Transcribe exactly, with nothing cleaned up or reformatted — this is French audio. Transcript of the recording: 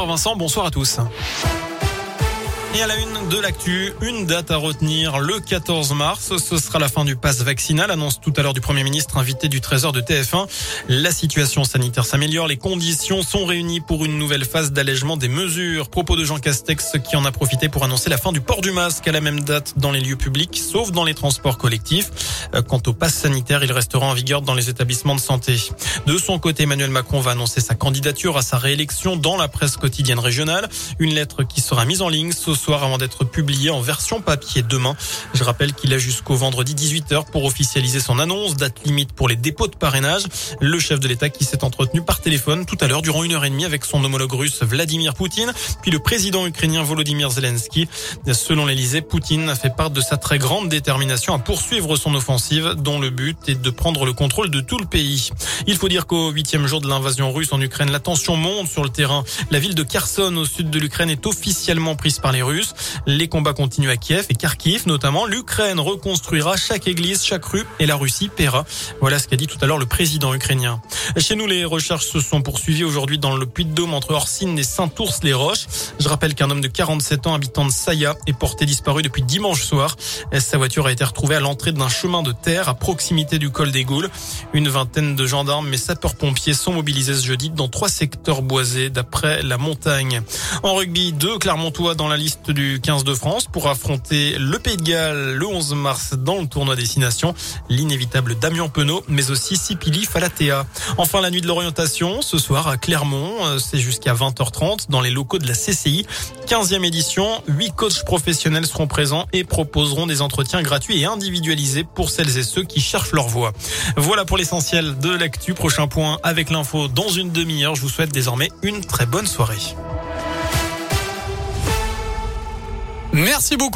Bonsoir Vincent, bonsoir à tous. Et à la une de l'actu, une date à retenir, le quatorze mars. Ce sera la fin du pass vaccinal, annonce tout à l'heure du Premier ministre invité du Trésor de T F un. La situation sanitaire s'améliore, les conditions sont réunies pour une nouvelle phase d'allègement des mesures. Propos de Jean Castex qui en a profité pour annoncer la fin du port du masque à la même date dans les lieux publics, sauf dans les transports collectifs. Quant au pass sanitaire, il restera en vigueur dans les établissements de santé. De son côté, Emmanuel Macron va annoncer sa candidature à sa réélection dans la presse quotidienne régionale. Une lettre qui sera mise en ligne ce soir avant d'être publiée en version papier demain. Je rappelle qu'il a jusqu'au vendredi dix-huit heures pour officialiser son annonce, date limite pour les dépôts de parrainage. Le chef de l'État qui s'est entretenu par téléphone tout à l'heure durant une heure et demie avec son homologue russe Vladimir Poutine, puis le président ukrainien Volodymyr Zelensky. Selon l'Élysée, Poutine a fait part de sa très grande détermination à poursuivre son offensive dont le but est de prendre le contrôle de tout le pays. Il faut dire qu'au huitième jour de l'invasion russe en Ukraine, la tension monte sur le terrain. La ville de Kherson au sud de l'Ukraine est officiellement prise par les Russes. Les combats continuent à Kiev et Kharkiv notamment. L'Ukraine reconstruira chaque église, chaque rue et la Russie paiera. Voilà ce qu'a dit tout à l'heure le président ukrainien. Chez nous, les recherches se sont poursuivies aujourd'hui dans le Puy-de-Dôme entre Orsine et Saint-Ours-les-Roches. Je rappelle qu'un homme de quarante-sept ans, habitant de Saya, est porté disparu depuis dimanche soir. Sa voiture a été retrouvée à l'entrée d'un chemin de terre à proximité du col des Goules. Une vingtaine de gendarmes et sapeurs-pompiers sont mobilisés ce jeudi dans trois secteurs boisés d'après la montagne. En rugby, deux Clermontois dans la liste du quinze de France pour affronter le Pays de Galles le onze mars dans le tournoi Destination. L'inévitable Damien Penaud, mais aussi Sipili Falatea. Enfin, la nuit de l'orientation, ce soir à Clermont, c'est jusqu'à vingt heures trente dans les locaux de la C C I. quinzième édition, huit coachs professionnels seront présents et proposeront des entretiens gratuits et individualisés pour celles et ceux qui cherchent leur voie. Voilà pour l'essentiel de l'actu. Prochain point avec l'info dans une demi-heure. Je vous souhaite désormais une très bonne soirée. Merci beaucoup.